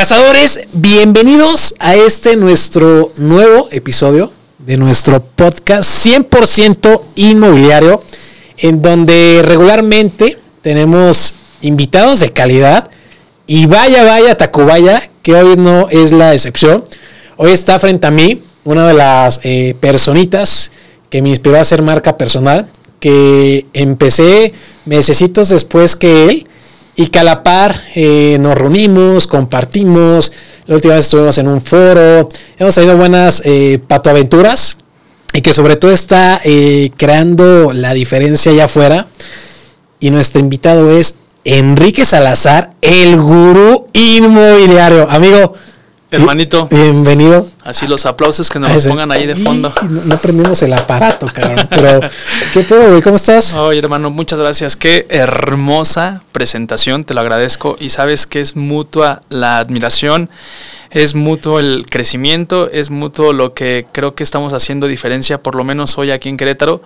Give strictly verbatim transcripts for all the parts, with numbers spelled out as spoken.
Cazadores, bienvenidos a este nuestro nuevo episodio de nuestro podcast cien por ciento inmobiliario, en donde regularmente tenemos invitados de calidad y vaya, vaya, Tacubaya, que hoy no es la excepción. Hoy está frente a mí una de las eh, personitas que me inspiró a hacer marca personal, que empecé mesecitos después que él. Y que a la par eh, nos reunimos, compartimos. La última vez estuvimos en un foro. Hemos tenido buenas eh, patoaventuras. Y que sobre todo está eh, creando la diferencia allá afuera. Y nuestro invitado es Enrique Salazar, el gurú inmobiliario. Amigo, hermanito, bienvenido. Así los aplausos que nos los pongan ahí de fondo. No, no prendimos el aparato, cabrón. Pero, ¿qué pedo, güey? ¿Cómo estás? Oye, hermano, muchas gracias. Qué hermosa presentación, te lo agradezco. Y sabes que es mutua la admiración, es mutuo el crecimiento, es mutuo lo que creo que estamos haciendo diferencia, por lo menos hoy aquí en Querétaro.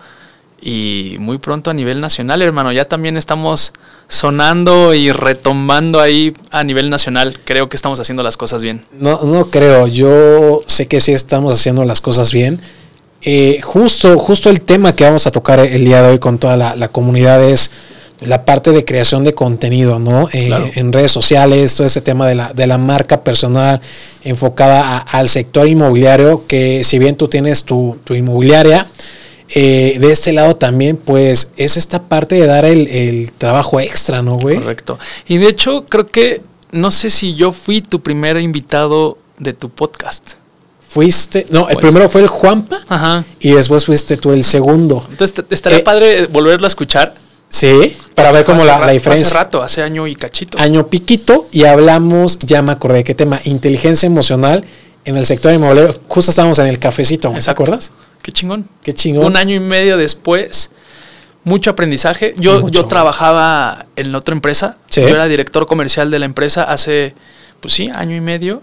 Y muy pronto a nivel nacional, hermano. Ya también estamos sonando y retomando ahí a nivel nacional. Creo que estamos haciendo las cosas bien. No, no creo. Yo sé que sí estamos haciendo las cosas bien. Eh, justo, justo el tema que vamos a tocar el día de hoy con toda la, la comunidad es la parte de creación de contenido, ¿no? Eh, claro. En redes sociales, todo este tema de la, de la marca personal enfocada a, al sector inmobiliario, que si bien tú tienes tu, tu inmobiliaria, Eh, de este lado también, pues, es esta parte de dar el, el trabajo extra, ¿no, güey? Correcto. Y de hecho, creo que, no sé si yo fui tu primer invitado de tu podcast. Fuiste, no, el pues, primero fue el Juanpa. Ajá. Y después fuiste tú el segundo. Entonces, te, estaría eh, padre volverlo a escuchar. Sí, para ver cómo la, rato, la diferencia. Hace rato, hace año y cachito. Año piquito, y hablamos, ya me acordé de qué tema, inteligencia emocional en el sector inmobiliario. Justo estábamos en el cafecito, ¿te acuerdas? Qué chingón. Qué chingón. Un año y medio después, mucho aprendizaje. Yo, mucho. yo trabajaba en otra empresa. ¿Sí? Yo era director comercial de la empresa hace, pues sí, año y medio.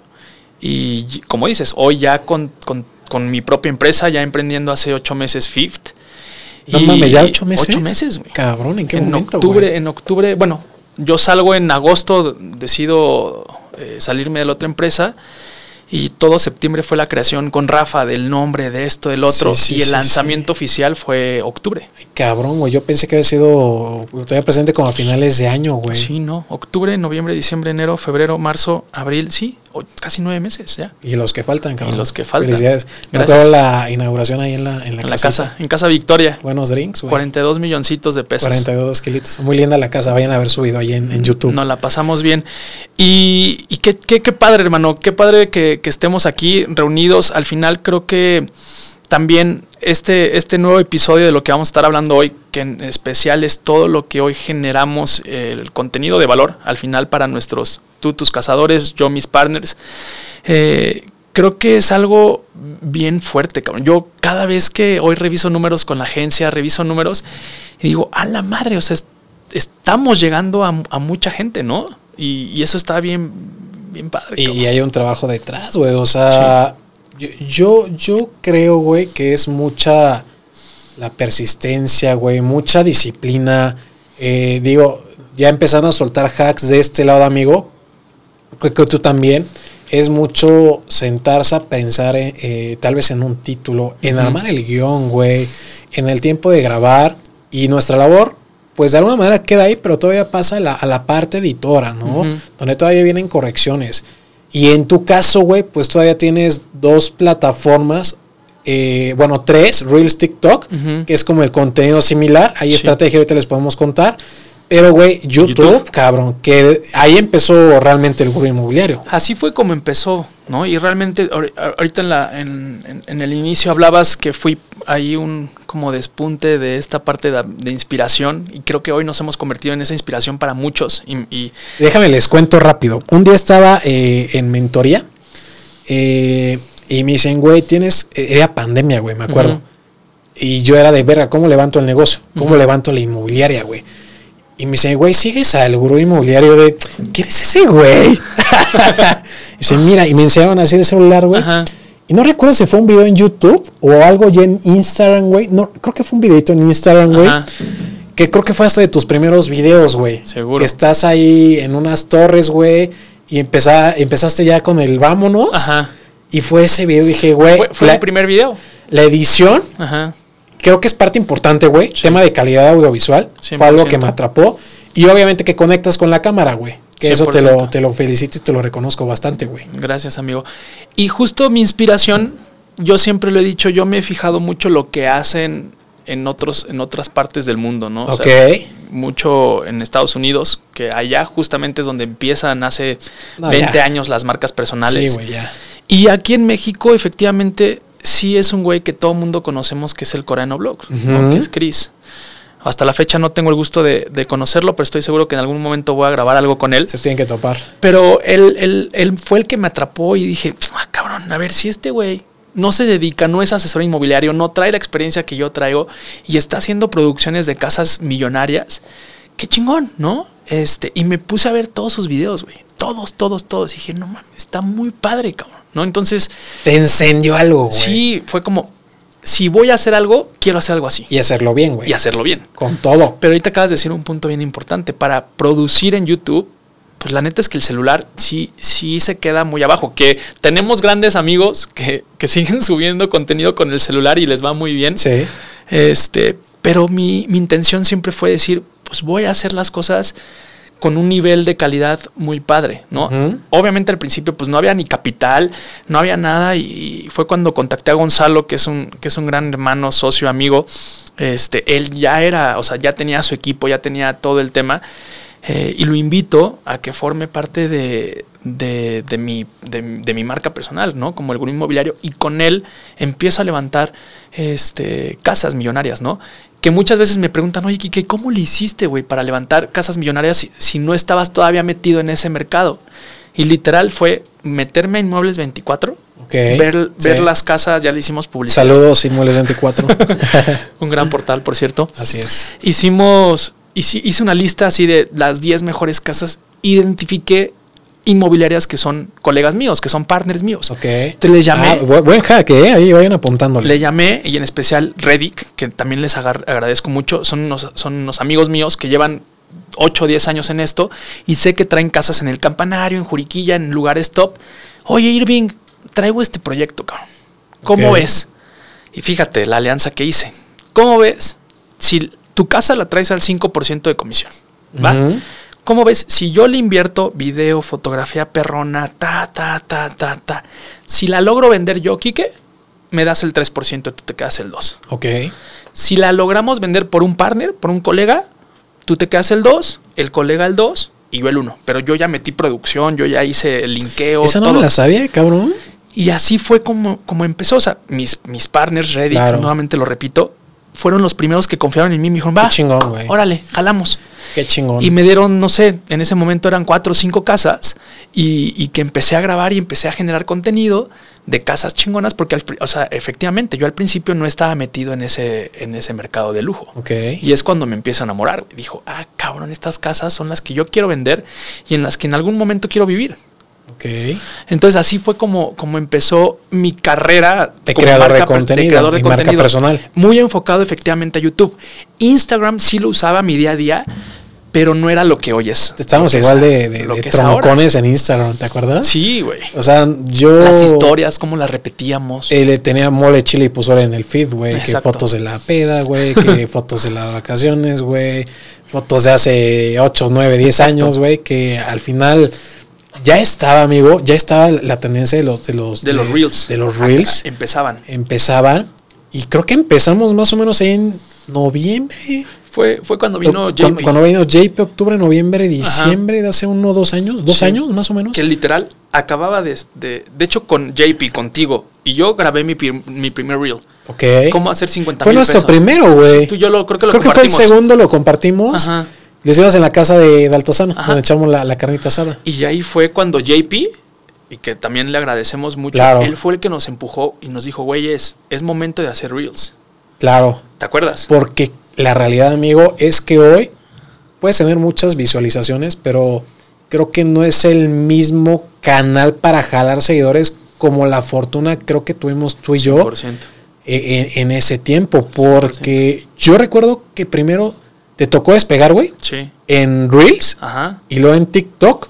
Y como dices, hoy ya con, con, con mi propia empresa, ya emprendiendo hace ocho meses Fifth. No mames, ¿ya ocho meses? Ocho meses, güey. Cabrón, ¿en qué en momento, octubre, güey? En octubre, bueno, yo salgo en agosto, decido eh, salirme de la otra empresa. Y todo septiembre fue la creación con Rafa del nombre, de esto, del otro. Sí, sí, y el sí, lanzamiento sí. oficial fue octubre. Ay, cabrón, güey. Yo pensé que había sido todavía presente como a finales de año, güey. Sí, no. Octubre, noviembre, diciembre, enero, febrero, marzo, abril. Sí, casi nueve meses ya. Y los que faltan, cabrón. Y los que faltan. Felicidades. Me acuerdo la inauguración ahí en la, en la, en la casa. En Casa Victoria. Buenos drinks, güey. cuarenta y dos milloncitos de pesos. cuarenta y dos kilitos. Muy linda la casa. Vayan a haber subido ahí en, en YouTube. Nos la pasamos bien. Y, y qué, qué, qué padre, hermano. Qué padre que, que estemos aquí reunidos. Al final creo que también este, este nuevo episodio de lo que vamos a estar hablando hoy, que en especial es todo lo que hoy generamos, eh, el contenido de valor al final para nuestros, tú, tus cazadores, yo, mis partners, eh, creo que es algo bien fuerte, cabrón. Yo cada vez que hoy reviso números con la agencia, reviso números y digo, a la madre, o sea, est- estamos llegando a, a mucha gente, ¿no? Y, y eso está bien, bien padre. Y, y hay un trabajo detrás, güey, o sea... Sí. Yo, yo, yo creo, güey, que es mucha la persistencia, güey, mucha disciplina. Eh, digo, ya empezaron a soltar hacks de este lado, amigo. Creo que tú también. Es mucho sentarse a pensar en, eh, tal vez en un título, en uh-huh. armar el guión, güey, en el tiempo de grabar. Y nuestra labor, pues de alguna manera queda ahí, pero todavía pasa a la, a la parte editora, ¿no? Uh-huh. Donde todavía vienen correcciones. Y en tu caso, güey, pues todavía tienes dos plataformas, eh, bueno, tres, Reels, TikTok, uh-huh. que es como el contenido similar. Hay sí. estrategia, ahorita les podemos contar. Pero, güey, YouTube, YouTube, cabrón, que ahí empezó realmente el gurú inmobiliario. Así fue como empezó, ¿no? Y realmente ahorita en, la, en, en, en el inicio hablabas que fui ahí un como despunte de esta parte de, de inspiración, y creo que hoy nos hemos convertido en esa inspiración para muchos. Y, y Déjame, les cuento rápido. Un día estaba eh, en mentoría eh, y me dicen, güey, tienes... Era pandemia, güey, me acuerdo. Uh-huh. Y yo era de verga, ¿cómo levanto el negocio? ¿Cómo uh-huh. levanto la inmobiliaria, güey? Y me dice, güey, ¿sigues al gurú inmobiliario de... ¿Quién es ese güey? Y dice, mira, y me enseñaron a hacer el celular, güey. Ajá. Y no recuerdo si fue un video en YouTube o algo ya en Instagram, güey. No, creo que fue un videito en Instagram, güey. Que creo que fue hasta de tus primeros videos, güey. Seguro. Que estás ahí en unas torres, güey. y empezá, empezaste ya con el vámonos. Ajá. Y fue ese video, dije, güey. Fue, fue la, mi primer video. La edición, Ajá. creo que es parte importante, güey. Sí. Tema de calidad audiovisual. cien por ciento. Fue algo que me atrapó. Y obviamente que conectas con la cámara, güey. Que cien por ciento. Eso te lo, te lo felicito y te lo reconozco bastante, güey. Gracias, amigo. Y justo mi inspiración, yo siempre lo he dicho, yo me he fijado mucho lo que hacen en otros, en otras partes del mundo, ¿no? O ok. sea, mucho en Estados Unidos, que allá justamente es donde empiezan hace no, veinte ya. años las marcas personales. Sí, güey, ya. Y aquí en México, efectivamente, sí es un güey que todo mundo conocemos, que es el Coreano Vlogs, uh-huh. ¿no? Que es Chris. Hasta la fecha no tengo el gusto de, de conocerlo, pero estoy seguro que en algún momento voy a grabar algo con él. Se tienen que topar. Pero él, él, él fue el que me atrapó y dije, ah, cabrón, a ver, si este güey no se dedica, no es asesor inmobiliario, no trae la experiencia que yo traigo y está haciendo producciones de casas millonarias, qué chingón, ¿no? Este, y me puse a ver todos sus videos, güey. Todos, todos, todos. Y dije, no mames, está muy padre, cabrón, ¿no? Entonces... Te encendió algo, güey. Sí, fue como... Si voy a hacer algo, quiero hacer algo así. Y hacerlo bien, güey. Y hacerlo bien. Con todo. Pero ahorita acabas de decir un punto bien importante. Para producir en YouTube, pues la neta es que el celular sí, sí se queda muy abajo. Que tenemos grandes amigos que, que siguen subiendo contenido con el celular y les va muy bien. Sí. Este, pero mi, mi intención siempre fue decir, pues voy a hacer las cosas con un nivel de calidad muy padre, ¿no? Uh-huh. Obviamente al principio pues no había ni capital, no había nada y fue cuando contacté a Gonzalo, que es un, que es un gran hermano, socio, amigo. Este, él ya era, o sea, ya tenía su equipo, ya tenía todo el tema eh, y lo invito a que forme parte de, de, de, mi, de, de mi marca personal, ¿no? Como el Gurú Inmobiliario, y con él empiezo a levantar este, casas millonarias, ¿no? Que muchas veces me preguntan, oye, Kike, ¿cómo le hiciste, güey, para levantar casas millonarias si, si no estabas todavía metido en ese mercado? Y literal fue meterme a Inmuebles veinticuatro, okay, ver, sí. ver las casas, ya le hicimos publicidad. Saludos, Inmuebles veinticuatro. Un gran portal, por cierto. Así es. Hicimos, hice, hice una lista así de las diez mejores casas, identifiqué inmobiliarias que son colegas míos, que son partners míos. Ok. Entonces les llamé. Ah, buen hack, ¿eh? Ahí vayan apuntándole. Le llamé, y en especial Redic, que también les agar- agradezco mucho. Son unos, son unos amigos míos que llevan ocho o diez años en esto y sé que traen casas en el Campanario, en Juriquilla, en lugares top. Oye, Irving, traigo este proyecto, cabrón. ¿Cómo okay. ves? Y fíjate la alianza que hice. ¿Cómo ves? Si tu casa la traes al cinco por ciento de comisión, ¿va? Uh-huh. ¿Cómo ves? Si yo le invierto video, fotografía perrona, ta, ta, ta, ta, ta. Si la logro vender yo, Quique, me das el tres por ciento y tú te quedas el dos por ciento. Ok. Si la logramos vender por un partner, por un colega, tú te quedas el dos por ciento, el colega el dos por ciento y yo el uno por ciento. Pero yo ya metí producción, yo ya hice el linkeo. Esa no todo. me la sabía, cabrón. Y así fue como, como empezó. O sea, mis, mis partners, Reddit, claro. nuevamente lo repito, fueron los primeros que confiaron en mí. Me dijeron, va, qué chingón, güey. Órale, jalamos. Qué chingón. Y me dieron, no sé, en ese momento eran cuatro o cinco casas y, y que empecé a grabar y empecé a generar contenido de casas chingonas porque, al, o sea, efectivamente, yo al principio no estaba metido en ese, en ese mercado de lujo. Okay. Y es cuando me empiezo a enamorar. Dijo, ah, cabrón, estas casas son las que yo quiero vender y en las que en algún momento quiero vivir. Okay. Entonces así fue como, como empezó mi carrera de creador de contenido, de creador de y contenido, marca personal. Muy enfocado efectivamente a YouTube. Instagram sí lo usaba mi día a día, pero no era lo que hoy es. Estábamos igual de, de, de troncones en Instagram, ¿te acuerdas? Sí, güey. O sea, yo... Las historias, cómo las repetíamos. Eh, le tenía mole, chile y pozole en el feed, güey. Que fotos de la peda, güey. Que fotos de las vacaciones, güey. Fotos de hace ocho, nueve, diez años, güey. Que al final... Ya estaba, amigo, ya estaba la tendencia de los... De los, de los de, Reels. De los Reels. Ah, empezaban. Empezaban. Y creo que empezamos más o menos en noviembre. Fue, fue cuando vino J P. Cuando, cuando vino J P, octubre, noviembre, diciembre, Ajá. de hace uno o dos años. ¿Dos sí. años, más o menos? Que literal acababa de... De, de hecho, con J P, contigo. Y yo grabé mi, mi primer Reel. Ok. ¿Cómo hacer cincuenta mil pesos? Fue nuestro primero, güey. Sí, tú y yo lo, creo que lo creo compartimos. Creo que fue el segundo, lo compartimos. Ajá. Lo hicimos en la casa de, de Altozano, Ajá. donde echamos la, la carnita asada. Y ahí fue cuando J P, y que también le agradecemos mucho, claro. él fue el que nos empujó y nos dijo, güey, es, es momento de hacer Reels. Claro. ¿Te acuerdas? Porque la realidad, amigo, es que hoy puedes tener muchas visualizaciones, pero creo que no es el mismo canal para jalar seguidores como la fortuna creo que tuvimos tú y yo cien por ciento. En, en ese tiempo. Porque cien por ciento. Yo recuerdo que primero te tocó despegar, güey. Sí. En Reels. Ajá. Y luego en TikTok.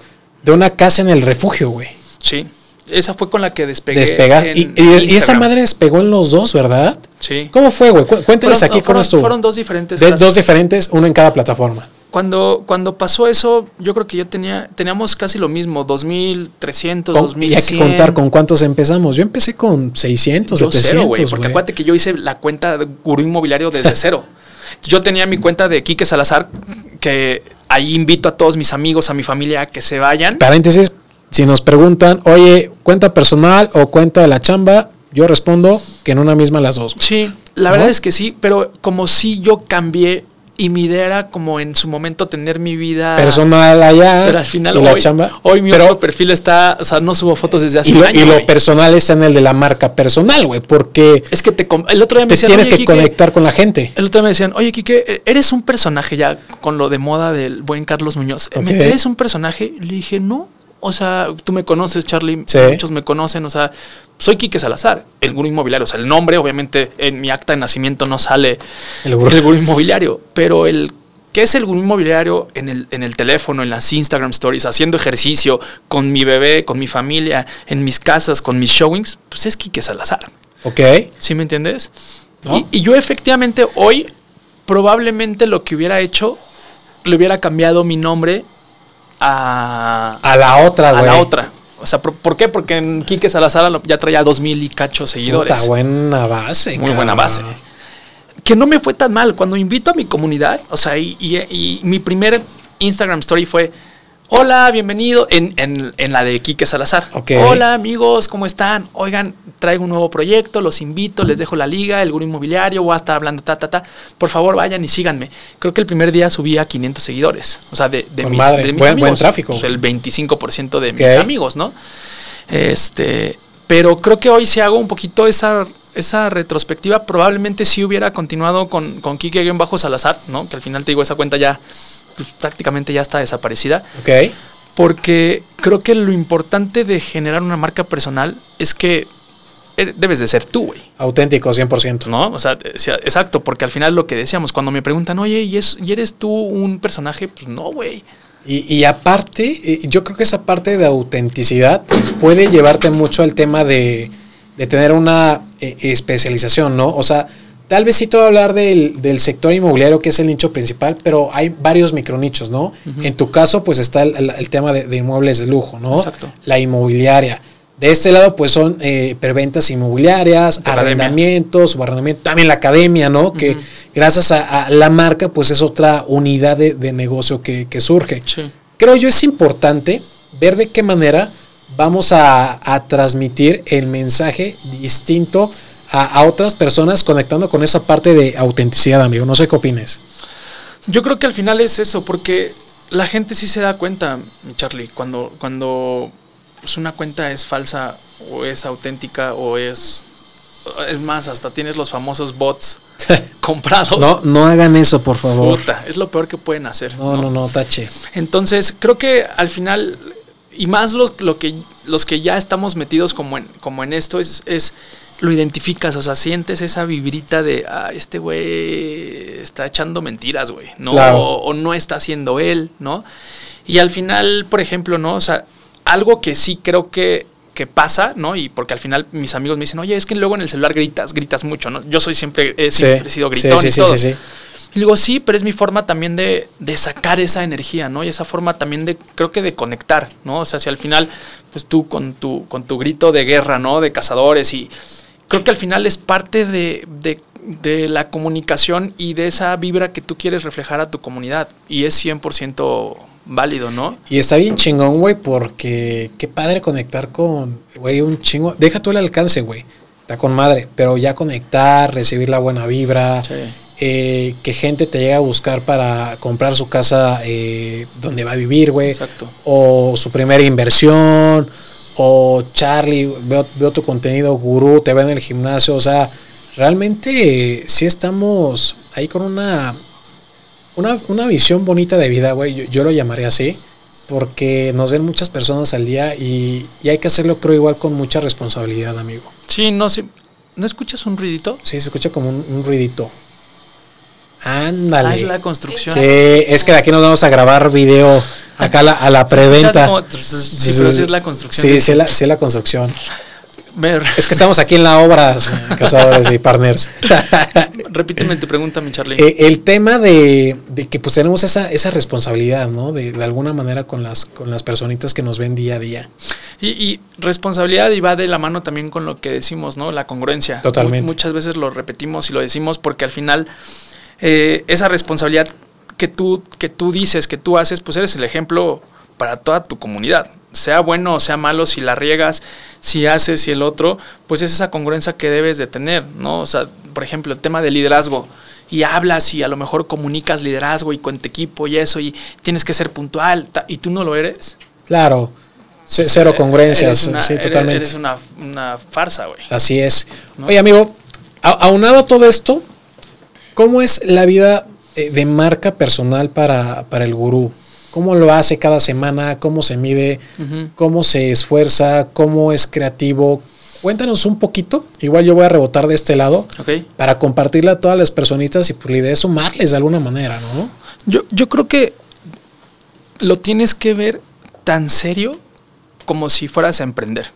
de una casa en el refugio, güey. Sí. Esa fue con la que despegué. Despegas. Y, y, y esa madre despegó en los dos, ¿verdad? Sí. ¿Cómo fue, güey? Cuéntanos aquí fueron, cómo estuvo. Fueron dos diferentes. De, dos diferentes, uno en cada plataforma. Cuando, cuando pasó eso, yo creo que yo tenía, teníamos casi lo mismo, dos mil trescientos, dos mil cien. Y hay que contar con cuántos empezamos. Yo empecé con seiscientos, yo setecientos, cero, güey, porque güey. acuérdate que yo hice la cuenta de Gurú Inmobiliario desde cero. Yo tenía mi cuenta de Quique Salazar, que ahí invito a todos mis amigos, a mi familia a que se vayan. Paréntesis, si nos preguntan, oye, ¿cuenta personal o cuenta de la chamba? Yo respondo que en una misma las dos. Sí, la ¿no? verdad es que sí, pero como si yo cambié y mi idea era como en su momento tener mi vida personal allá, pero al final y hoy, la chamba. Hoy mi pero, otro perfil está, o sea, no subo fotos desde hace y un lo, año. Y lo güey. personal está en el de la marca personal, güey, porque es que te, el otro día me te decían, tienes oye, que Quique, conectar con la gente. El otro día me decían, oye, Quique, eres un personaje ya con lo de moda del buen Carlos Muñoz. Okay. ¿Eres un personaje? Le dije, no. O sea, tú me conoces, Charlie, sí. Muchos me conocen, o sea, soy Quique Salazar, el Gurú Inmobiliario. O sea, el nombre, obviamente, en mi acta de nacimiento no sale el Gurú, el Gurú Inmobiliario, pero el ¿qué es el Gurú Inmobiliario en el, en el teléfono, en las Instagram Stories, haciendo ejercicio con mi bebé, con mi familia, en mis casas, con mis showings? Pues es Quique Salazar. Ok. ¿Sí me entiendes? ¿No? Y, y yo efectivamente hoy, probablemente lo que hubiera hecho, le hubiera cambiado mi nombre a... A la otra, güey. A la otra. O sea, ¿por, ¿por qué? Porque en Quique Salazar ya traía dos mil y cacho seguidores. Puta, buena base. Muy cabrón. buena base. Que no me fue tan mal. Cuando invito a mi comunidad, o sea, y, y, y mi primer Instagram story fue, hola, bienvenido, en, en, en la de Quique Salazar. Okay. Hola, amigos, ¿cómo están? Oigan, traigo un nuevo proyecto, los invito, les dejo la liga, el Gurú Inmobiliario, voy a estar hablando, ta, ta, ta. Por favor, vayan y síganme. Creo que el primer día subí a quinientos seguidores. O sea, de, de, mis, madre. de mis buen, amigos. Buen tráfico. Pues el veinticinco por ciento de okay. mis amigos, ¿no? Este, pero creo que hoy si hago un poquito esa... esa retrospectiva, probablemente sí hubiera continuado con, con Quique-Salazar, ¿no? Que al final te digo, esa cuenta ya pues, prácticamente ya está desaparecida. Ok. Porque creo que lo importante de generar una marca personal es que debes de ser tú, güey. Auténtico, cien por ciento. ¿No? O sea, exacto, porque al final lo que decíamos, cuando me preguntan, oye, ¿y, es, ¿y eres tú un personaje? Pues no, güey. Y, y aparte, yo creo que esa parte de autenticidad puede llevarte mucho al tema de... de tener una eh, especialización, ¿no? O sea, tal vez sí te voy a hablar del, del sector inmobiliario, que es el nicho principal, pero hay varios micronichos, ¿no? Uh-huh. En tu caso, pues está el, el, el tema de, de inmuebles de lujo, ¿no? Exacto. La inmobiliaria. De este lado, pues son eh, preventas inmobiliarias, la arrendamientos, subarrendamiento, también la academia, ¿no? Uh-huh. Que gracias a, a la marca, pues es otra unidad de, de negocio que, que surge. Sí. Creo yo es importante ver de qué manera vamos a, a transmitir el mensaje distinto a, a otras personas, conectando con esa parte de autenticidad, amigo. No sé qué opines. Yo creo que al final es eso, porque la gente sí se da cuenta, mi Charlie, cuando, cuando pues una cuenta es falsa o es auténtica o es... Es más, hasta tienes los famosos bots comprados. No, no hagan eso, por favor. Puta, es lo peor que pueden hacer. No, no, no, no, tache. Entonces, creo que al final... Y más los, lo que, los que ya estamos metidos como en, como en esto, es, es lo identificas, o sea, sientes esa vibrita de, ah, este güey está echando mentiras, güey, ¿no? Claro. O, o no está haciendo él, ¿no? Y al final, por ejemplo, ¿no? O sea, algo que sí creo que, que pasa, ¿no? Y porque al final mis amigos me dicen, oye, es que luego en el celular gritas, gritas mucho, ¿no? Yo soy siempre, he siempre sí, sido gritón sí, sí, y todo. Sí, sí, sí. Y digo, sí, pero es mi forma también de, de sacar esa energía, ¿no? Y esa forma también de, creo que de conectar, ¿no? O sea, si al final, pues tú con tu, con tu grito de guerra, ¿no? De cazadores, y creo que al final es parte de, de, de la comunicación y de esa vibra que tú quieres reflejar a tu comunidad. Y es cien por ciento válido, ¿no? Y está bien chingón, güey, porque qué padre conectar con, güey, un chingo. Deja tú el alcance, güey. Está con madre, pero ya conectar, recibir la buena vibra. Sí. Eh, que gente te llegue a buscar para comprar su casa eh, donde va a vivir, güey. Exacto. O su primera inversión. O Charlie, veo, veo tu contenido, Gurú, te ve en el gimnasio. O sea, realmente eh, sí estamos ahí con una, una, una visión bonita de vida, güey. Yo, yo lo llamaré así. Porque nos ven muchas personas al día y, y hay que hacerlo, creo, igual con mucha responsabilidad, amigo. Sí, no, sí. ¿No escuchas un ruidito? Sí, se escucha como un, un ruidito. Ándale. Ah, es la construcción. Sí, es que de aquí nos vamos a grabar video acá a la, a la preventa. Como, sí, pero sí es la construcción. Sí, sí es la, sí es la construcción. Ver. Es que estamos aquí en la obra, Cazadores y Partners. Repíteme tu pregunta, mi Charlie. Eh, el tema de, de que pues tenemos esa, esa responsabilidad, ¿no? De, de alguna manera con las, con las personitas que nos ven día a día. Y, y responsabilidad y va de la mano también con lo que decimos, ¿no? La congruencia. Totalmente. Mu- muchas veces lo repetimos y lo decimos porque al final eh, esa responsabilidad que tú, que tú dices, que tú haces, pues eres el ejemplo para toda tu comunidad. Sea bueno o sea malo, si la riegas, si haces y el otro, pues es esa congruencia que debes de tener, ¿no? O sea, por ejemplo, el tema del liderazgo. Y hablas y a lo mejor comunicas liderazgo y con tu equipo y eso, y tienes que ser puntual, ta- y tú no lo eres. Claro. C- cero congruencias, Eres una, sí, eres, totalmente. Eres una, una farsa, güey. Así es. ¿No? Oye, amigo, a- aunado a todo esto, ¿cómo es la vida eh, de marca personal para, para el gurú? ¿Cómo lo hace cada semana? ¿Cómo se mide? Uh-huh. ¿Cómo se esfuerza? ¿Cómo es creativo? Cuéntanos un poquito. Igual yo voy a rebotar de este lado Okay. para compartirle a todas las personitas y pues la idea es sumarles de alguna manera, ¿no? Yo, yo creo que lo tienes que ver tan serio como si fueras a emprender.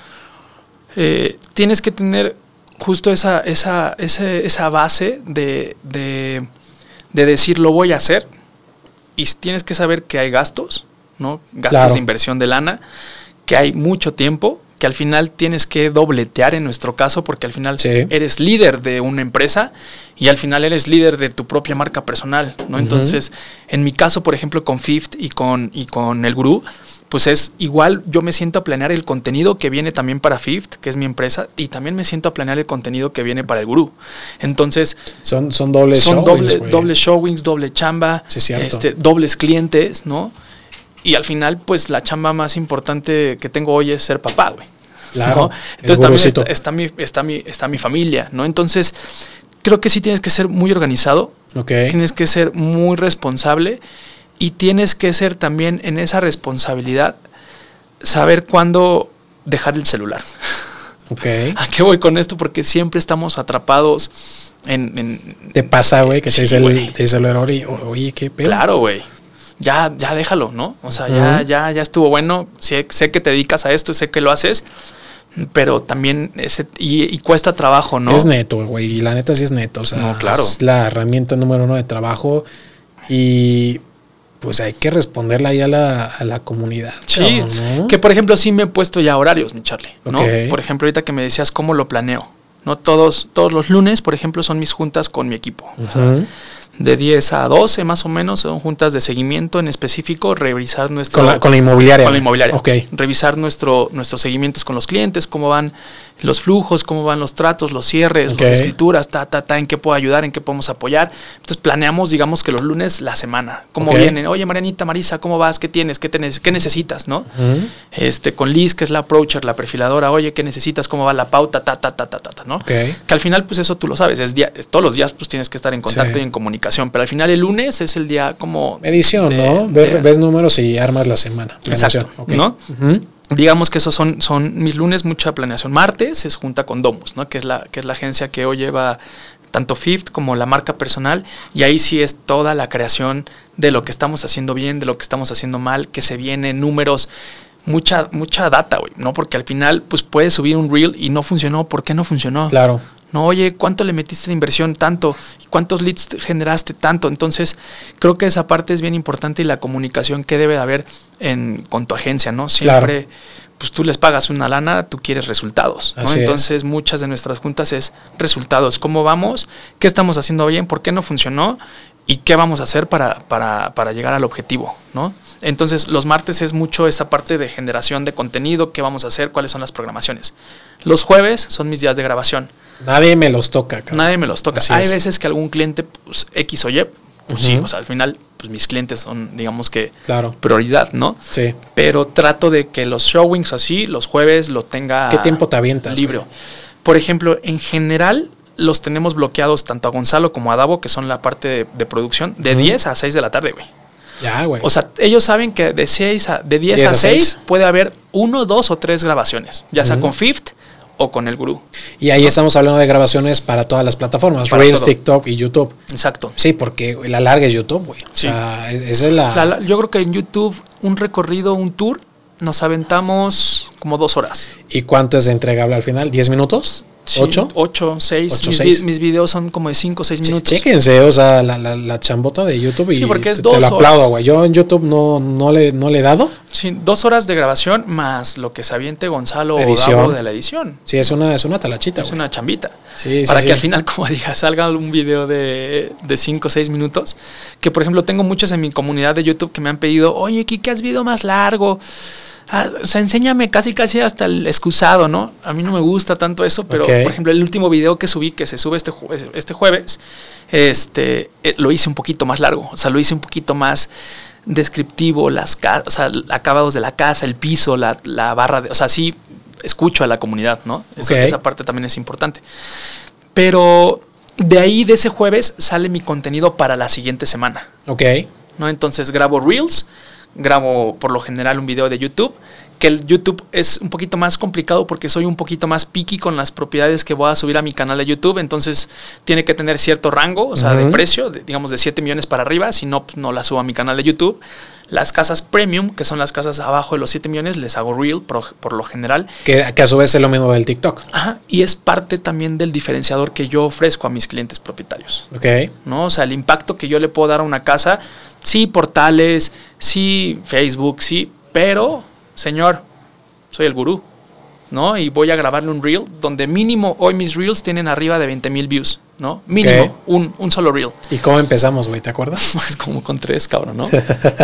Eh, tienes que tener justo esa, esa, ese, esa base de, de, de decir lo voy a hacer, y tienes que saber que hay gastos, ¿no? Gastos Claro. de inversión de lana, que hay mucho tiempo, que al final tienes que dobletear en nuestro caso, porque al final Sí. eres líder de una empresa y al final eres líder de tu propia marca personal, ¿no? Uh-huh. Entonces, en mi caso, por ejemplo, con Fifth y con, y con el Gurú, pues es igual, yo me siento a planear el contenido que viene también para Fifth, que es mi empresa, y también me siento a planear el contenido que viene para el Gurú. Entonces, Son, son dobles son showings, doble, güey. doble showings, doble chamba, Sí, cierto. este, dobles clientes, ¿no? Y al final, pues la chamba más importante que tengo hoy es ser papá, güey. Claro, ¿no? el Entonces también gurucito. está, está, mi, está, mi, está mi familia, ¿no? Entonces, creo que sí tienes que ser muy organizado, Ok. tienes que ser muy responsable y tienes que ser también en esa responsabilidad, saber cuándo dejar el celular. Ok. ¿A qué voy con esto? Porque siempre estamos atrapados en... en Te pasa, güey, que sí, te dice güey. el, te dice el error y, o- oye, qué pedo. Claro, güey. Ya, ya déjalo, ¿no? O sea, Ujú. ya, ya, ya estuvo bueno. Sé, sé que te dedicas a esto, sé que lo haces, pero también ese, y, y cuesta trabajo, ¿no? Es neto, güey, y la neta sí es neto. O sea, No, claro. es la herramienta número uno de trabajo y pues hay que responderla ahí a la, a la comunidad. Sí, ¿no? que por ejemplo sí me he puesto ya horarios, mi Charlie, ¿no? Ok. Por ejemplo, ahorita que me decías cómo lo planeo, ¿no? Todos, todos los lunes, por ejemplo, son mis juntas con mi equipo. Ujú. De diez a doce más o menos, son juntas de seguimiento en específico, revisar nuestro... Con la, con la inmobiliaria. Con la inmobiliaria. Ok. Revisar nuestro, nuestros seguimientos con los clientes, cómo van los flujos, cómo van los tratos, los cierres, Ok. las escrituras, ta, ta, ta, en qué puedo ayudar, en qué podemos apoyar. Entonces planeamos, digamos que los lunes la semana. ¿Cómo Ok. vienen? Oye, Marianita, Marisa, ¿cómo vas? ¿Qué tienes? ¿Qué, te nece- qué necesitas? ¿No? Ujú. Este, con Liz, que es la approacher, la perfiladora, oye, ¿qué necesitas? ¿Cómo va la pauta? Ta, ta, ta, ta, ta, ta, ¿no? Ok. Que al final, pues eso tú lo sabes, es día, es- todos los días pues tienes que estar en contacto Sí. y en comunicación, pero al final el lunes es el día como... Medición, de- ¿no? Ves, de- ves números y armas la semana. Exacto, Planeación. Ok. ¿no? Ujú. Digamos que esos son, son mis lunes, mucha planeación. Martes es junta con Domus, ¿no? Que es la, que es la agencia que hoy lleva tanto Fifth como la marca personal, y ahí sí es toda la creación de lo que estamos haciendo bien, de lo que estamos haciendo mal, que se viene números, mucha, mucha data, güey, ¿no? Porque al final, pues puedes subir un reel y no funcionó. ¿Por qué no funcionó? Claro. No, oye, ¿cuánto le metiste de inversión? Tanto. ¿Cuántos leads generaste? Tanto. Entonces, creo que esa parte es bien importante y la comunicación que debe de haber en, con tu agencia, ¿no? Siempre, Claro. pues tú les pagas una lana, tú quieres resultados, ¿no? Así Entonces, es. muchas de nuestras juntas es resultados. ¿Cómo vamos? ¿Qué estamos haciendo bien? ¿Por qué no funcionó? ¿Y qué vamos a hacer para, para, para llegar al objetivo, ¿no? Entonces, los martes es mucho esa parte de generación de contenido, qué vamos a hacer, cuáles son las programaciones. Los jueves son mis días de grabación. Nadie me los toca, cabrón. Nadie me los toca. Así Hay es. veces que algún cliente, pues, X o Y, pues sí, Ujú. o sea, al final, pues mis clientes son, digamos que, Claro. prioridad, ¿no? Sí. Pero trato de que los showings así, los jueves, lo tenga ¿Qué tiempo te avientas, libre. güey? Por ejemplo, en general, los tenemos bloqueados tanto a Gonzalo como a Davo, que son la parte de, de producción, de Ujú. diez a seis de la tarde, güey. Ya, güey. O sea, ellos saben que de seis a, de diez diez a a seis seis puede haber uno, dos o tres grabaciones, ya sea Ujú. con Fifth o con el gurú. Y ahí ¿no? estamos hablando de grabaciones para todas las plataformas, para Reels, todo. TikTok y YouTube. Exacto. Sí, porque la larga es YouTube, güey. Sí. O sea, esa es la... la... Yo creo que en YouTube un recorrido, un tour, nos aventamos como dos horas. ¿Y cuánto es de entregable al final? ¿diez minutos? Sí, ¿Ocho? Ocho, seis. Ocho, mis, seis. Vi, mis videos son como de cinco o seis minutos. Sí, chéquense, o sea, la, la, la chambota de YouTube y sí, porque es te, dos te lo horas. aplaudo, güey. Yo en YouTube no, no, le, no le he dado. Sí, dos horas de grabación más lo que se aviente Gonzalo edición. o Davo de la edición. Sí, es una, es una talachita, Es güey. una chambita. Sí, Para sí, que sí. al final, como diga, salga un video de cinco o seis minutos. Que, por ejemplo, tengo muchos en mi comunidad de YouTube que me han pedido, oye, Kike, ¿has video más largo? Ah, o sea, enséñame casi casi hasta el excusado, ¿no? A mí no me gusta tanto eso, pero okay. por ejemplo, el último video que subí, que se sube este, jue este jueves, este, eh, lo hice un poquito más largo, o sea, lo hice un poquito más descriptivo, las o sea, acabados de la casa, el piso, la, la barra, de, o sea, sí escucho a la comunidad, ¿no? Esa, okay. esa parte también es importante. Pero de ahí, de ese jueves, sale mi contenido para la siguiente semana. Ok. ¿No? Entonces grabo Reels, grabo por lo general un video de YouTube, que el YouTube es un poquito más complicado porque soy un poquito más picky con las propiedades que voy a subir a mi canal de YouTube, entonces tiene que tener cierto rango, o sea, uh-huh. de precio, de, digamos de siete millones para arriba, si no, pues no la subo a mi canal de YouTube. Las casas premium, que son las casas abajo de los siete millones, les hago Reel por, por lo general. Que, que a su vez es lo mismo del TikTok. Ajá, y es parte también del diferenciador que yo ofrezco a mis clientes propietarios. Ok. ¿No? O sea, el impacto que yo le puedo dar a una casa, sí portales, sí Facebook, sí, pero, señor, soy el gurú, ¿no? Y voy a grabarle un Reel donde mínimo hoy mis Reels tienen arriba de veinte mil views, ¿no? Mínimo, okay. un, un solo Reel. ¿Y cómo empezamos, güey? ¿Te acuerdas? Como con tres, cabrón, ¿no?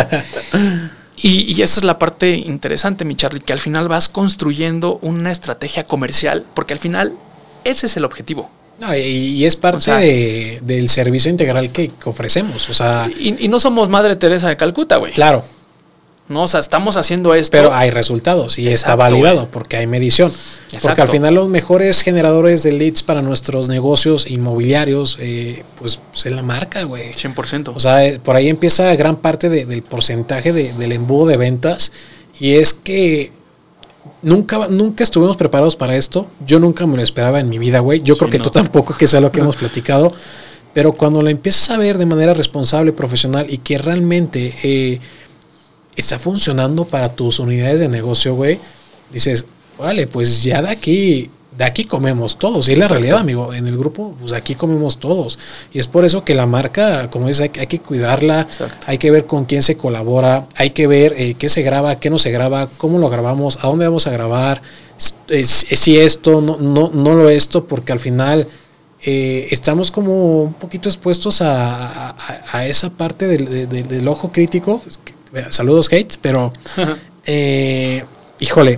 y, y esa es la parte interesante, mi Charlie, que al final vas construyendo una estrategia comercial, porque al final ese es el objetivo. No, y, y es parte o sea, de, del servicio integral que, que ofrecemos, o sea... Y, y no somos Madre Teresa de Calcuta, güey. Claro. No, o sea, estamos haciendo esto. Pero hay resultados y Exacto, está validado güey. Porque hay medición. Exacto. Porque al final los mejores generadores de leads para nuestros negocios inmobiliarios, eh, pues es la marca, güey. cien por ciento. O sea, eh, por ahí empieza gran parte de, del porcentaje de, del embudo de ventas y es que nunca, nunca estuvimos preparados para esto. Yo nunca me lo esperaba en mi vida, güey. Yo sí, creo que no. Tú tampoco, que sea lo que no. hemos platicado. Pero cuando lo empiezas a ver de manera responsable, profesional y que realmente... Eh, está funcionando para tus unidades de negocio, güey, dices, órale, pues ya de aquí, de aquí comemos todos. Y es la Exacto. realidad, amigo. En el grupo, pues de aquí comemos todos. Y es por eso que la marca, como dices, hay, hay que cuidarla, Exacto. hay que ver con quién se colabora, hay que ver eh, qué se graba, qué no se graba, cómo lo grabamos, a dónde vamos a grabar, eh, si esto, no, no, no lo esto, porque al final... Eh, estamos como un poquito expuestos a, a, a esa parte del, de, de, del ojo crítico. Saludos, Kate, pero eh, híjole,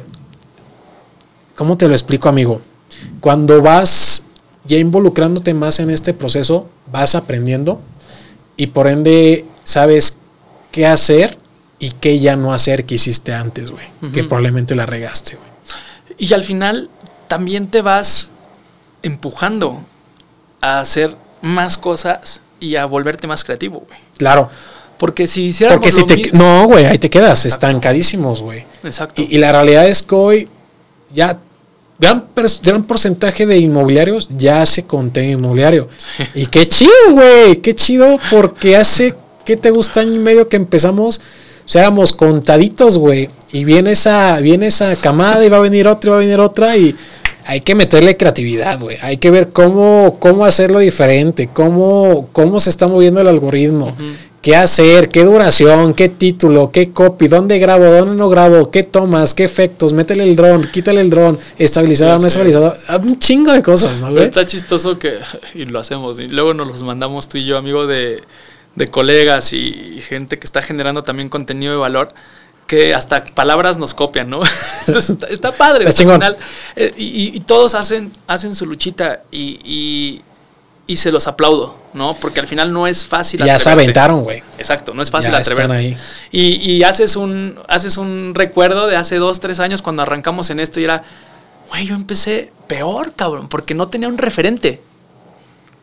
¿cómo te lo explico, amigo? Cuando vas ya involucrándote más en este proceso, vas aprendiendo y por ende sabes qué hacer y qué ya no hacer que hiciste antes, güey, uh-huh. que probablemente la regaste, güey. Y al final también te vas empujando a hacer más cosas y a volverte más creativo, güey. Claro. Porque si hiciéramos Porque si te... mismo, no, güey, ahí te quedas, Exacto. estancadísimos, güey. Exacto. Y, y la realidad es que hoy ya gran, gran porcentaje de inmobiliarios ya hace contenido inmobiliario. Sí. Y qué chido, güey, qué chido, porque hace, ¿qué te gusta año y medio que empezamos? O sea, éramos contaditos, güey. Y viene esa, viene esa camada y va a venir otra y va a venir otra y... Hay que meterle creatividad, güey. Hay que ver cómo, cómo hacerlo diferente, cómo, cómo se está moviendo el algoritmo, uh-huh. qué hacer, qué duración, qué título, qué copy, dónde grabo, dónde no grabo, qué tomas, qué efectos, métele el dron, quítale el dron, estabilizador, no estabilizador, un chingo de cosas, ¿no, güey? Está chistoso que, y lo hacemos, y luego nos los mandamos tú y yo, amigo, de, de colegas y gente que está generando también contenido de valor, que hasta palabras nos copian, ¿no? Entonces, está, está padre. Está chingón. Final, eh, y, y todos hacen, hacen su luchita y, y, y se los aplaudo, ¿no? Porque al final no es fácil ya atreverte. Ya se aventaron, güey. Exacto, no es fácil ya atreverte. Están ahí. Y, y haces un haces un recuerdo de hace dos, tres años cuando arrancamos en esto y era, güey, yo empecé peor, cabrón, porque no tenía un referente.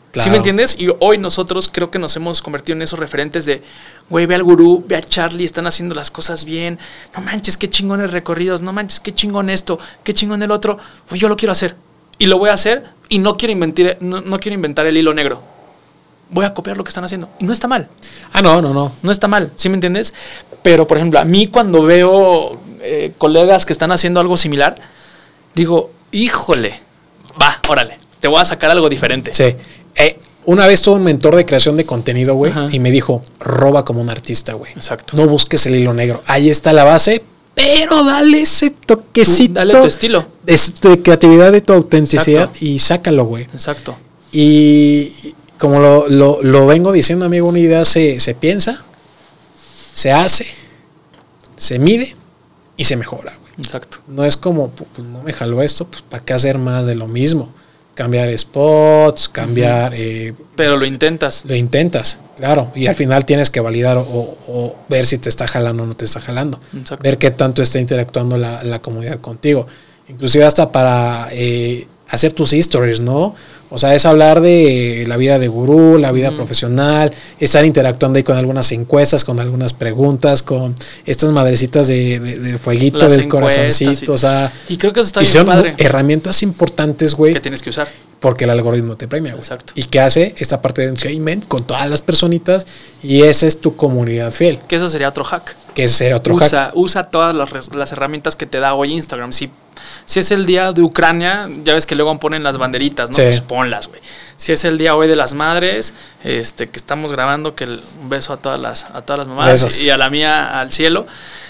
Claro. ¿Sí me entiendes? Y hoy nosotros creo que nos hemos convertido en esos referentes de, güey, ve al gurú, ve a Charlie, están haciendo las cosas bien. No manches, qué chingones recorridos. No manches, qué chingón esto, qué chingón el otro. Pues yo lo quiero hacer. Y lo voy a hacer y no quiero inventar, no, no quiero inventar el hilo negro. Voy a copiar lo que están haciendo. Y no está mal. Ah, no, no, no. No está mal, ¿sí me entiendes? Pero, por ejemplo, a mí cuando veo eh, colegas que están haciendo algo similar, digo, híjole, va, órale, te voy a sacar algo diferente. Sí. Eh, una vez tuve un mentor de creación de contenido, güey, y me dijo, roba como un artista, güey. Exacto. No busques el hilo negro. Ahí está la base, pero dale ese toquecito. Tú, dale tu estilo. De, de creatividad, de tu autenticidad. Exacto. Y sácalo, güey. Exacto. Y como lo, lo, lo vengo diciendo, amigo, una idea se, se piensa, se hace, se mide y se mejora, güey. Exacto. No es como, pues no me jaló esto, pues ¿para qué hacer más de lo mismo? Cambiar spots, cambiar... Uh-huh. eh, Pero lo intentas. Lo intentas, claro. Y al final tienes que validar o, o ver si te está jalando o no te está jalando. Exacto. Ver qué tanto está interactuando la, la comunidad contigo. Inclusive hasta para eh, hacer tus stories, ¿no? O sea, es hablar de la vida de gurú, la vida uh-huh. profesional, estar interactuando ahí con algunas encuestas, con algunas preguntas, con estas madrecitas de, de, de fueguito, las del corazoncito, y, o sea... Y creo que eso está y bien son padre. Herramientas importantes, güey. Que tienes que usar. Porque el algoritmo te premia, güey. Exacto. Y que hace esta parte de engagement con todas las personitas y esa es tu comunidad fiel. Que eso sería otro hack. Que ese sería otro usa, hack. Usa todas las, las herramientas que te da hoy Instagram. Si, si es el día de Ucrania, ya ves que luego ponen las banderitas, ¿no? Sí. Pues ponlas, güey. Si es el día hoy de las madres, este, que estamos grabando, que el, un beso a todas las, a todas las mamás Besos. Y a la mía al cielo.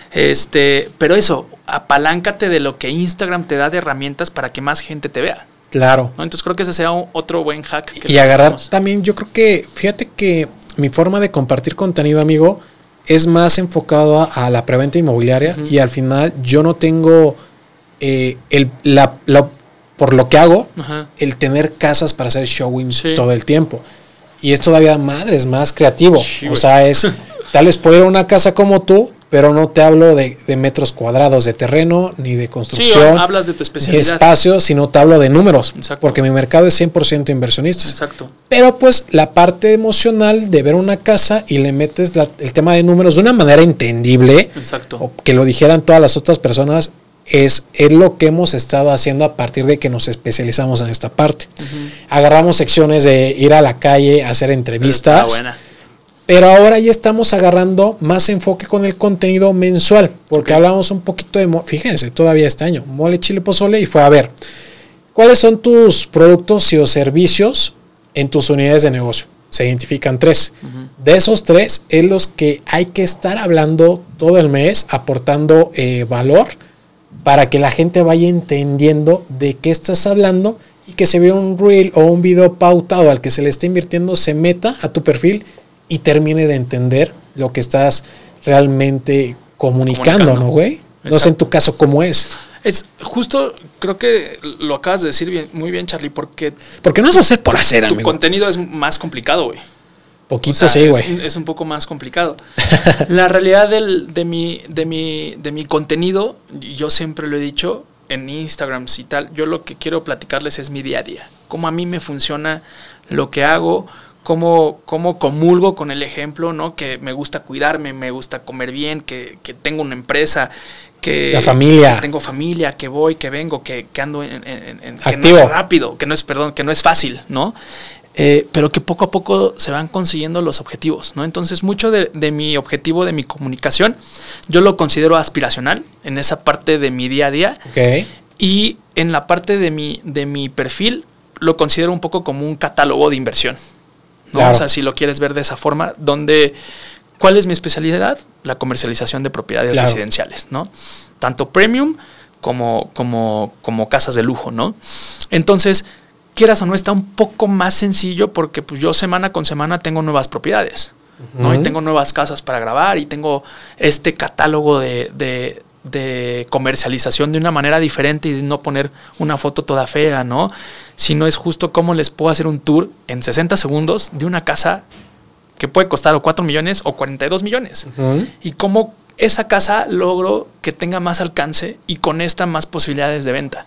Este, pero eso, apaláncate de lo que Instagram te da de herramientas para que más gente te vea. Claro. ¿No? Entonces creo que ese será un, otro buen hack. Que y agarrar tenemos. También, yo creo que, fíjate que mi forma de compartir contenido, amigo, es más enfocado a, a la preventa inmobiliaria uh-huh. y al final yo no tengo eh, el, la, la, por lo que hago, uh-huh. el tener casas para hacer showings sí. todo el tiempo. Y es todavía madre, es más creativo. Sí, o sea, es tal vez puedo ir a una casa como tú, pero no te hablo de, de metros cuadrados de terreno, ni de construcción. Sí, hablas de tu especialidad. Ni espacio, sino te hablo de números. Exacto. Porque mi mercado es cien por ciento inversionistas. Exacto. Pero pues la parte emocional de ver una casa y le metes la, el tema de números de una manera entendible. Exacto. O que lo dijeran todas las otras personas. Es, es lo que hemos estado haciendo a partir de que nos especializamos en esta parte. Uh-huh. Agarramos secciones de ir a la calle, hacer entrevistas. Pero, buena. pero ahora ya estamos agarrando más enfoque con el contenido mensual. Porque okay. hablamos un poquito de, fíjense, todavía este año, mole, chile, pozole, y fue a ver, ¿cuáles son tus productos y o servicios en tus unidades de negocio? Se identifican tres. Uh-huh. De esos tres es los que hay que estar hablando todo el mes, aportando eh, valor, para que la gente vaya entendiendo de qué estás hablando y que se vea un reel o un video pautado al que se le esté invirtiendo, se meta a tu perfil y termine de entender lo que estás realmente comunicando, comunicando. ¿no, güey? No sé en tu caso cómo es. Es justo, creo que lo acabas de decir bien, muy bien, Charlie, porque... Porque no es hacer por hacer, tu amigo. Tu contenido es más complicado, güey. Poquito, o sea, sí, güey. Es, es un poco más complicado. La realidad del, de, mi, de, mi, de mi contenido, yo siempre lo he dicho en Instagram y tal, yo lo que quiero platicarles es mi día a día. Cómo a mí me funciona lo que hago, cómo, cómo comulgo con el ejemplo, ¿no? Que me gusta cuidarme, me gusta comer bien, que, que tengo una empresa, que, la familia. que tengo familia, que voy, que vengo, que, que ando en, en, en que activo. No es rápido, que no es, perdón, que no es fácil, ¿no? Eh, pero que poco a poco se van consiguiendo los objetivos, ¿no? Entonces, mucho de, de mi objetivo, de mi comunicación, yo lo considero aspiracional en esa parte de mi día a día. Okay. Y en la parte de mi, de mi perfil, lo considero un poco como un catálogo de inversión, ¿no? Claro. O sea, si lo quieres ver de esa forma, donde, ¿cuál es mi especialidad? La comercialización de propiedades claro. residenciales, ¿no? Tanto premium como, como, como casas de lujo, ¿no? Entonces, quieras o no, está un poco más sencillo porque pues yo semana con semana tengo nuevas propiedades, uh-huh. ¿no? Y tengo nuevas casas para grabar y tengo este catálogo de, de, de comercialización de una manera diferente y de no poner una foto toda fea, ¿no? Sino es justo cómo les puedo hacer un tour en sesenta segundos de una casa que puede costar o cuatro millones o cuarenta y dos millones. Uh-huh. Y cómo esa casa logro que tenga más alcance y con esta más posibilidades de venta.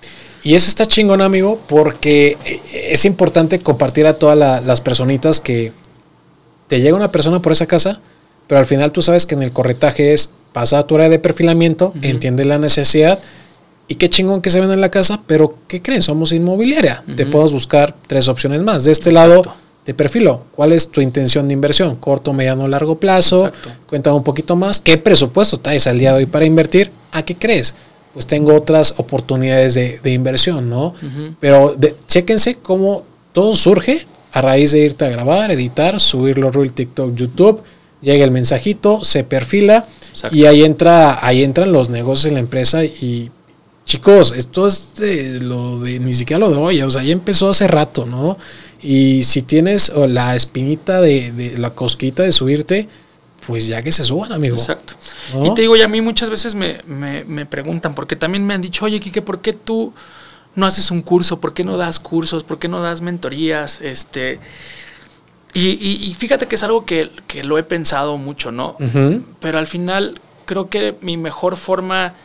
Y eso está chingón, amigo, porque es importante compartir a todas la, las personitas que te llega una persona por esa casa, pero al final tú sabes que en el corretaje es pasa a tu hora de perfilamiento, uh-huh. entiende la necesidad y qué chingón que se vende en la casa, pero ¿qué creen? Somos inmobiliaria. Uh-huh. Te podemos buscar tres opciones más. De este Exacto. lado te perfilo. ¿Cuál es tu intención de inversión? Corto, mediano, largo plazo. Exacto. Cuéntame un poquito más. ¿Qué presupuesto traes al día de hoy para invertir? ¿A qué crees? Pues tengo otras oportunidades de, de inversión, ¿no? Uh-huh. Pero de, chéquense cómo todo surge a raíz de irte a grabar, editar, subirlo Reel, TikTok, YouTube, llega el mensajito, se perfila Exacto. y ahí entra, ahí entran los negocios en la empresa y chicos, esto es de lo de ni siquiera lo de hoy, o sea, ya empezó hace rato, ¿no? Y si tienes o la espinita de, de la cosquita de subirte, pues ya que se suban, amigo. Exacto. ¿No? Y te digo, y a mí muchas veces me, me, me preguntan, porque también me han dicho, oye, Quique, ¿por qué tú no haces un curso? ¿Por qué no das cursos? ¿Por qué no das mentorías? Este, y, y, y fíjate que es algo que, que lo he pensado mucho, ¿no? Uh-huh. Pero al final creo que mi mejor forma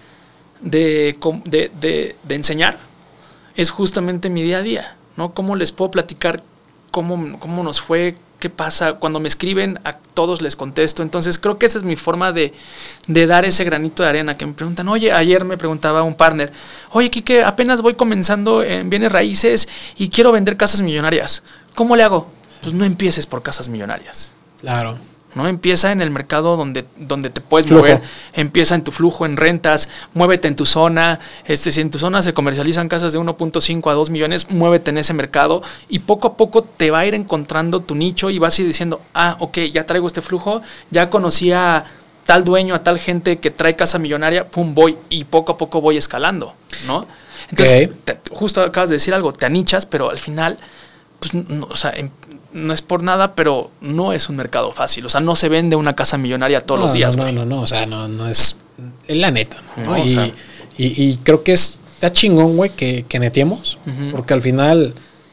de, de, de, de enseñar es justamente mi día a día, ¿no? ¿Cómo les puedo platicar cómo, cómo nos fue? ¿Qué pasa? Cuando me escriben, a todos les contesto. Entonces, creo que esa es mi forma de, de dar ese granito de arena. Que me preguntan, oye, ayer me preguntaba un partner, oye, Quique, apenas voy comenzando en bienes raíces y quiero vender casas millonarias. ¿Cómo le hago? Pues no empieces por casas millonarias. Claro. ¿No? Empieza en el mercado donde, donde te puedes flujo. mover, empieza en tu flujo, en rentas, muévete en tu zona, este, si en tu zona se comercializan casas de uno punto cinco a dos millones, muévete en ese mercado y poco a poco te va a ir encontrando tu nicho y vas a ir diciendo, ah, ok, ya traigo este flujo, ya conocí a tal dueño, a tal gente que trae casa millonaria, pum, voy y poco a poco voy escalando, ¿no? Entonces, okay. te, justo acabas de decir algo, te anichas, pero al final, pues, no, o sea, en, no es por nada, pero no es un mercado fácil. O sea, no se vende una casa millonaria todos no, los días. No, no, no, no, o sea, no, no es, es la neta, ¿no? no y, o sea, y, y creo que es, está chingón, güey, que, que netiemos, uh-huh. porque al final,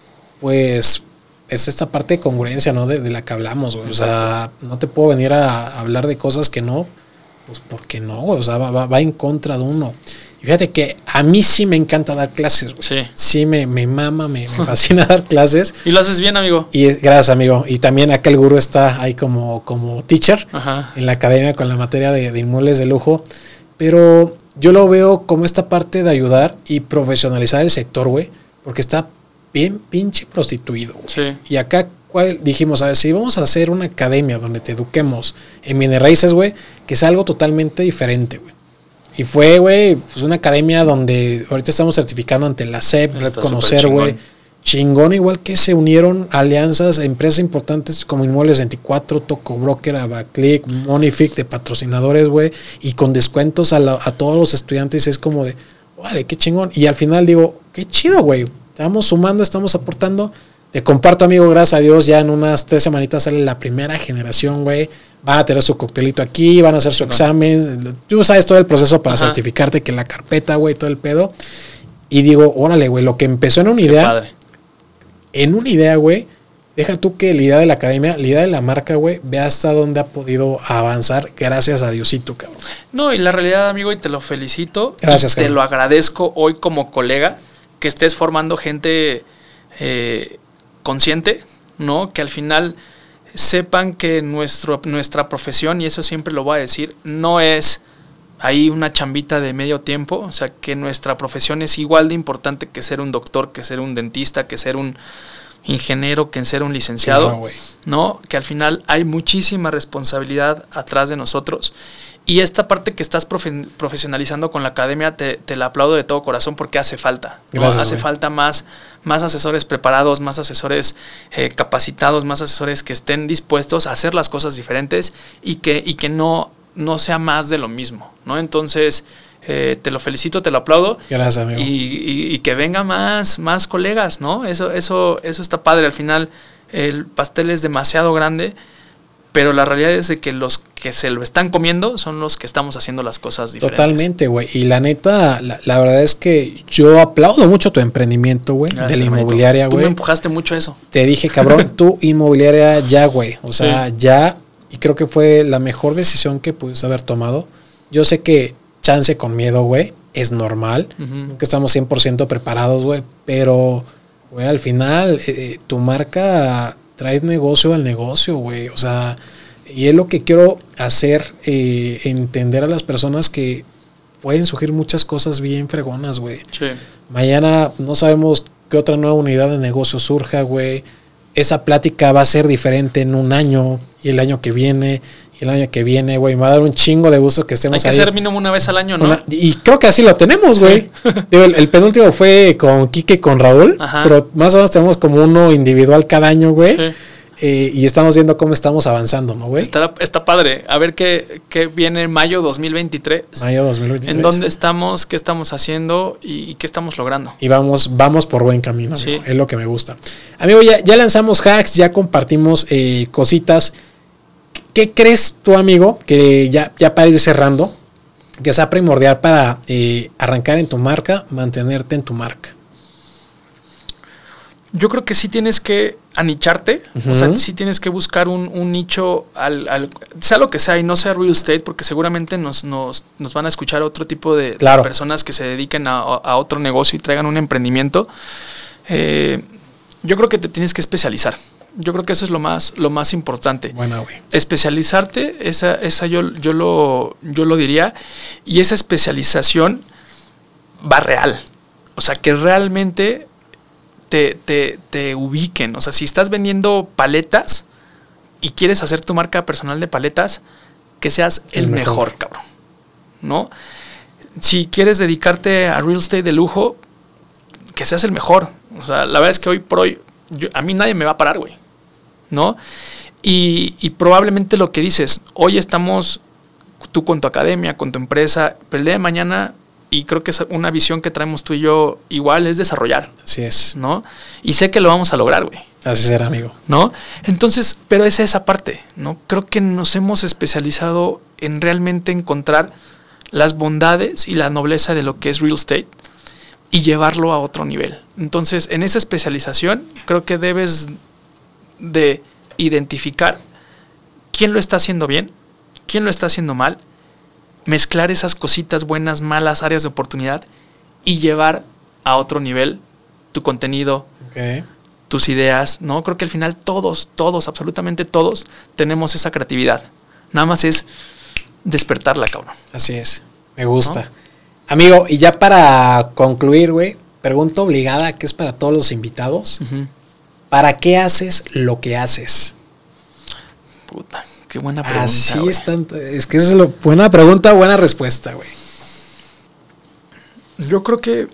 pues, es esta parte de congruencia, ¿no? De, de la que hablamos, güey. O sea, no te puedo venir a, a hablar de cosas que no, pues, porque no, güey. O sea, va, va, va en contra de uno. Fíjate que a mí sí me encanta dar clases, güey. Sí. Sí, me, me mama, me, me fascina dar clases. Y lo haces bien, amigo. Y es, gracias, amigo. Y también acá el gurú está ahí como, como teacher Ajá. en la academia con la materia de, de inmuebles de lujo. Pero yo lo veo como esta parte de ayudar y profesionalizar el sector, güey. Porque está bien pinche prostituido, güey. Sí. Y acá cual, dijimos, a ver, si vamos a hacer una academia donde te eduquemos en bienes raíces, güey, que sea algo totalmente diferente, güey. Y fue, güey, pues una academia donde ahorita estamos certificando ante la S E P, Red Conocer, güey. Chingón, igual que se unieron alianzas, empresas importantes como Inmuebles veinticuatro, Toco Broker, Abaclick, Monific de patrocinadores, güey. Y con descuentos a, la, a todos los estudiantes. Es como de, vale, qué chingón. Y al final digo, qué chido, güey. Estamos sumando, estamos aportando. Te comparto, amigo, gracias a Dios, ya en unas tres semanitas sale la primera generación, güey. Van a tener su coctelito aquí, van a hacer su no. examen. Tú sabes todo el proceso para Ajá. certificarte, que la carpeta, güey, todo el pedo. Y digo, órale, güey, lo que empezó en una Qué idea. Padre. En una idea, güey, deja tú que la idea de la academia, la idea de la marca, güey, ve hasta dónde ha podido avanzar gracias a Diosito, cabrón. No, y la realidad, amigo, y te lo felicito. Gracias, Te lo agradezco hoy como colega, que estés formando gente eh, consciente, ¿no? Que al final sepan que nuestro, nuestra profesión, y eso siempre lo voy a decir, no es ahí una chambita de medio tiempo. O sea, que nuestra profesión es igual de importante que ser un doctor, que ser un dentista, que ser un ingeniero, que ser un licenciado, claro, ¿no? Que al final hay muchísima responsabilidad atrás de nosotros. Y esta parte que estás profe- profesionalizando con la academia, te, te la aplaudo de todo corazón porque hace falta, ¿no? Gracias, hace güey. falta más, más asesores preparados, más asesores eh, capacitados, más asesores que estén dispuestos a hacer las cosas diferentes y que, y que no, no sea más de lo mismo, ¿no? Entonces, eh, te lo felicito, te lo aplaudo. Gracias, amigo. Y, y, y que venga más, más colegas, ¿no? Eso, eso, eso está padre. Al final, el pastel es demasiado grande, pero la realidad es de que los que se lo están comiendo son los que estamos haciendo las cosas diferentes. Totalmente, güey. Y la neta, la, la verdad es que yo aplaudo mucho tu emprendimiento, güey, de la inmobiliaria, güey. Tú me empujaste mucho eso. Te dije, cabrón, tu inmobiliaria ya, güey. O sea, sí. ya. Y creo que fue la mejor decisión que pudiste haber tomado. Yo sé que chance con miedo, güey. es normal. Uh-huh. Nunca estamos cien por ciento preparados, güey. Pero, güey, al final, eh, tu marca traes negocio al negocio, güey. O sea, y es lo que quiero hacer, eh, entender a las personas que pueden surgir muchas cosas bien fregonas, güey. Sí. Mañana no sabemos qué otra nueva unidad de negocio surja, güey. Esa plática va a ser diferente en un año y el año que viene y el año que viene, güey. Me va a dar un chingo de gusto que estemos ahí. Hay que ahí. hacer mínimo una vez al año, ¿no? Una, y creo que así lo tenemos, güey. Sí. el, el penúltimo fue con Quique y con Raúl. Ajá. Pero más o menos tenemos como uno individual cada año, güey. Sí. Eh, y estamos viendo cómo estamos avanzando, ¿no, güey? Está, está padre. A ver qué, qué viene en mayo dos mil veintitrés. Mayo dos mil veintitrés. En dónde estamos, qué estamos haciendo y, y qué estamos logrando. Y vamos, vamos por buen camino, sí. Es lo que me gusta. Amigo, ya, ya lanzamos hacks, ya compartimos eh, cositas. ¿Qué crees tú, amigo, que ya, ya para ir cerrando, que sea primordial para eh, arrancar en tu marca, mantenerte en tu marca? Yo creo que sí tienes que anicharte, uh-huh. O sea, sí tienes que buscar un, un nicho, al, al, sea lo que sea, y no sea real estate, porque seguramente nos, nos, nos van a escuchar otro tipo de, claro. de personas que se dediquen a, a otro negocio y traigan un emprendimiento. Eh, yo creo que te tienes que especializar. Yo creo que eso es lo más, lo más importante. Bueno, güey. Especializarte, esa, esa yo, yo, lo, yo lo diría, y esa especialización va real. O sea, que realmente te, te, te ubiquen. O sea, si estás vendiendo paletas y quieres hacer tu marca personal de paletas, que seas el, el mejor, mejor, cabrón, ¿no? Si quieres dedicarte a real estate de lujo, que seas el mejor. O sea, la verdad es que hoy por hoy, yo, a mí nadie me va a parar, güey, ¿no? Y, y probablemente lo que dices, hoy estamos tú con tu academia, con tu empresa, pero el día de mañana, y creo que es una visión que traemos tú y yo igual, es desarrollar. Así es. ¿No? Y sé que lo vamos a lograr, güey. Así será, amigo. ¿No? Entonces, pero es esa parte, ¿no? Creo que nos hemos especializado en realmente encontrar las bondades y la nobleza de lo que es real estate y llevarlo a otro nivel. Entonces, en esa especialización, creo que debes de identificar quién lo está haciendo bien, quién lo está haciendo mal, mezclar esas cositas buenas, malas, áreas de oportunidad y llevar a otro nivel tu contenido, okay, tus ideas, ¿no? Creo que al final todos, todos, absolutamente todos tenemos esa creatividad. Nada más es despertarla, cabrón. Así es, me gusta. ¿No? Amigo, y ya para concluir, güey, pregunta obligada que es para todos los invitados. Uh-huh. ¿Para qué haces lo que haces? Puta, qué buena pregunta. Así wey. es tanto, es que esa es lo, buena pregunta, buena respuesta, güey. Yo creo que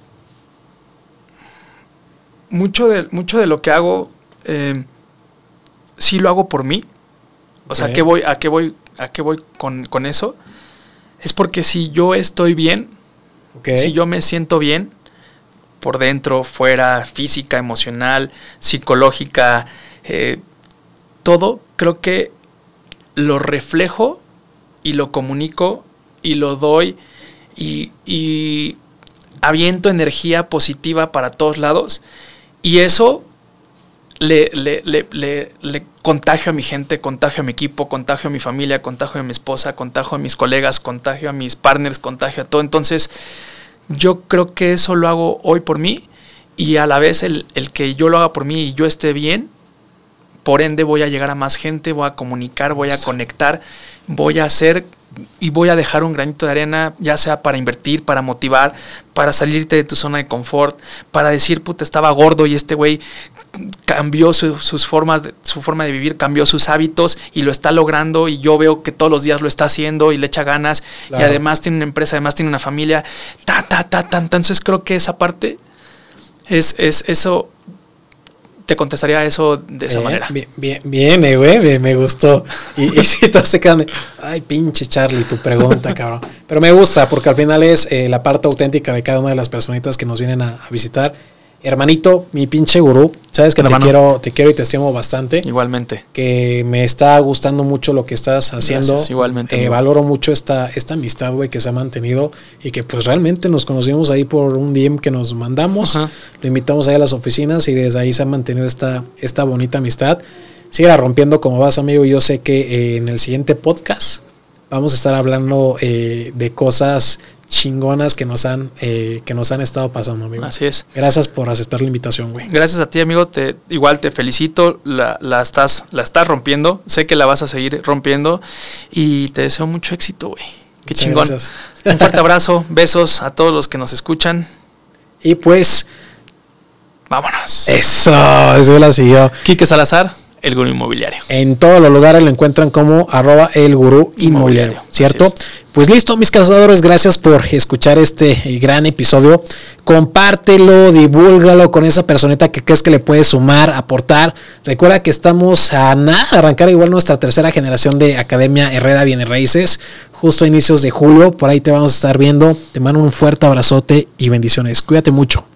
mucho de, mucho de lo que hago, eh, sí lo hago por mí. O okay. sea, ¿a qué voy, a qué voy, a qué voy con, con eso? Es porque si yo estoy bien, okay, si yo me siento bien, por dentro, fuera, física, emocional, psicológica, eh, todo, creo que lo reflejo y lo comunico y lo doy y, y aviento energía positiva para todos lados y eso le, le, le, le, le contagio a mi gente, contagio a mi equipo, contagio a mi familia, contagio a mi esposa, contagio a mis colegas, contagio a mis partners, contagio a todo. Entonces, yo creo que eso lo hago hoy por mí y a la vez el, el que yo lo haga por mí y yo esté bien, por ende voy a llegar a más gente, voy a comunicar, voy a conectar, voy a hacer y voy a dejar un granito de arena, ya sea para invertir, para motivar, para salirte de tu zona de confort, para decir, puta, estaba gordo y este güey cambió su, sus formas de, su forma de vivir, cambió sus hábitos y lo está logrando y yo veo que todos los días lo está haciendo y le echa ganas, claro, y además tiene una empresa, además tiene una familia, ta, ta, ta, ta. Entonces creo que esa parte es, es eso. Te contestaría eso de esa bien, manera. Bien, bien, bien güey, me, me gustó. Y, y si todos se quedan de, ay, pinche Charlie, tu pregunta, cabrón. Pero me gusta porque al final es eh, la parte auténtica de cada una de las personitas que nos vienen a, a visitar. Hermanito, mi pinche gurú, sabes que te quiero, te quiero y te estimo bastante. Igualmente. Que me está gustando mucho lo que estás haciendo. Gracias, igualmente. Eh, valoro mucho esta, esta amistad, güey, que se ha mantenido y que pues realmente nos conocimos ahí por un D M que nos mandamos. Ajá. Lo invitamos ahí a las oficinas y desde ahí se ha mantenido esta, esta bonita amistad. Síguela rompiendo como vas, amigo. Yo sé que eh, en el siguiente podcast vamos a estar hablando eh, de cosas chingonas que nos han eh, que nos han estado pasando, amigo. Así es. Gracias por aceptar la invitación, güey. Gracias a ti, amigo. Te, igual te felicito. La, la, estás, la estás rompiendo. Sé que la vas a seguir rompiendo. Y te deseo mucho éxito, güey. Qué Muchas chingón. Gracias. Un fuerte abrazo. Besos a todos los que nos escuchan. Y pues... vámonos. Eso, eso la siguió. Quique Salazar, el Gurú Inmobiliario. En todos los lugares lo encuentran como arroba el Gurú Inmobiliario, ¿cierto? Pues listo, mis cazadores, gracias por escuchar este gran episodio. Compártelo, divúlgalo con esa personita que crees que le puede sumar, aportar. Recuerda que estamos a nada de arrancar igual nuestra tercera generación de Academia Herrera Bienes Raíces, justo a inicios de julio. Por ahí te vamos a estar viendo. Te mando un fuerte abrazote y bendiciones. Cuídate mucho.